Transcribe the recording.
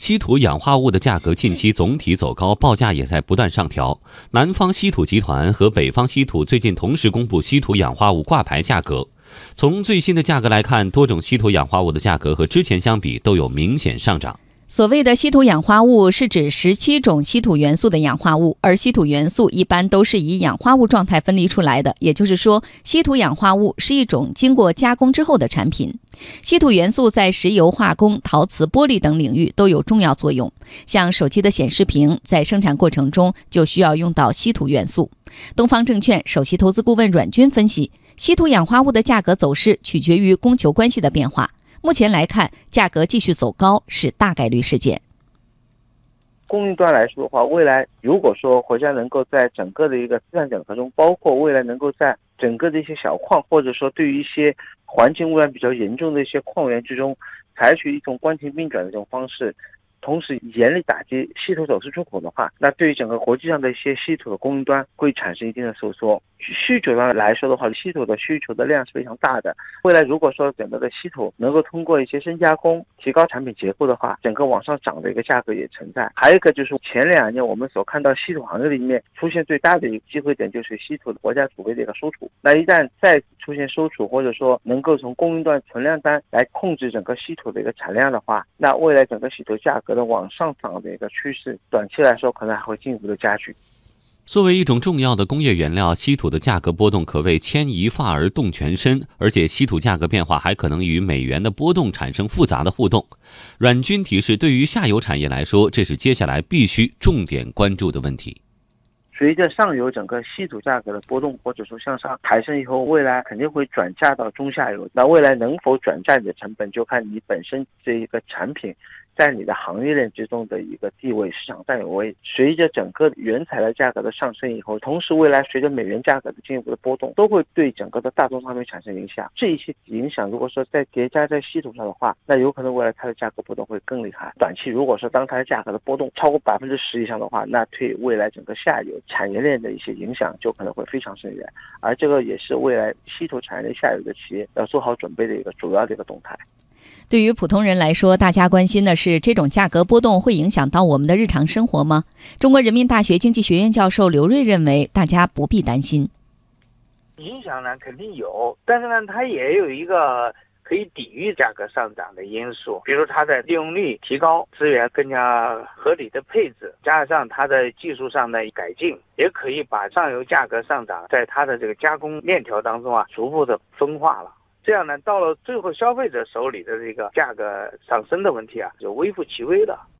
稀土氧化物的价格近期总体走高，报价也在不断上调。南方稀土集团和北方稀土最近同时公布稀土氧化物挂牌价格。从最新的价格来看，多种稀土氧化物的价格和之前相比都有明显上涨。 所谓的稀土氧化物是指17种稀土元素的氧化物，而稀土元素一般都是以氧化物状态分离出来的，也就是说，稀土氧化物是一种经过加工之后的产品。稀土元素在石油化工、陶瓷、玻璃等领域都有重要作用，像手机的显示屏在生产过程中就需要用到稀土元素。东方证券首席投资顾问阮军分析，稀土氧化物的价格走势取决于供求关系的变化。目前来看，价格继续走高是大概率事件。 供应端来说的话，未来如果说国家能够在整个的一个资产整合中，包括未来能够在整个的一些小矿，或者说对于一些环境污染比较严重的一些矿源之中，采取一种关停并转的这种方式，同时严厉打击稀土走私出口的话，那对于整个国际上的一些稀土的供应端会产生一定的收缩。需求端来说的话，稀土的需求的量是非常大的。未来如果说整个的稀土能够通过一些深加工提高产品结构的话，整个往上涨的一个价格也存在。还有一个就是前2年我们所看到稀土行业里面出现最大的一个机会点，就是稀土的国家储备的一个收储。那一旦再次出现收储，或者说能够从供应端存量端来控制整个稀土的一个产量的话，那未来整个稀土价格的往上涨的一个趋势，短期来说可能还会进一步的加剧。 作为一种重要的工业原料，稀土的价格波动可谓牵一发而动全身，而且稀土价格变化还可能与美元的波动产生复杂的互动。阮军提示，对于下游产业来说，这是接下来必须重点关注的问题。 随着上游整个稀土价格的波动或者说向上抬升以后，未来肯定会转嫁到中下游。那未来能否转嫁你的成本，就看你本身这一个产品在你的行业链之中的一个地位、市场占有位。随着整个原材料价格的上升以后，同时未来随着美元价格的进一步的波动，都会对整个的大宗商品产生影响。这一些影响如果说再叠加在稀土上的话，那有可能未来它的价格波动会更厉害。短期如果说当它的价格的波动超过10%以上的话，那对未来整个下游产业链的一些影响就可能会非常深远。而这个也是未来稀土产业链下游的企业要做好准备的一个主要的一个动态。 对于普通人来说，大家关心的是这种价格波动会影响到我们的日常生活吗？中国人民大学经济学院教授刘锐认为，大家不必担心。 影响呢肯定有，但是呢它也有一个可以抵御价格上涨的因素，比如它的利用率提高，资源更加合理的配置，加上它的技术上的改进，也可以把上游价格上涨在它的这个加工链条当中逐步的分化了。这样呢，到了最后消费者手里的这个价格上升的问题就微乎其微了。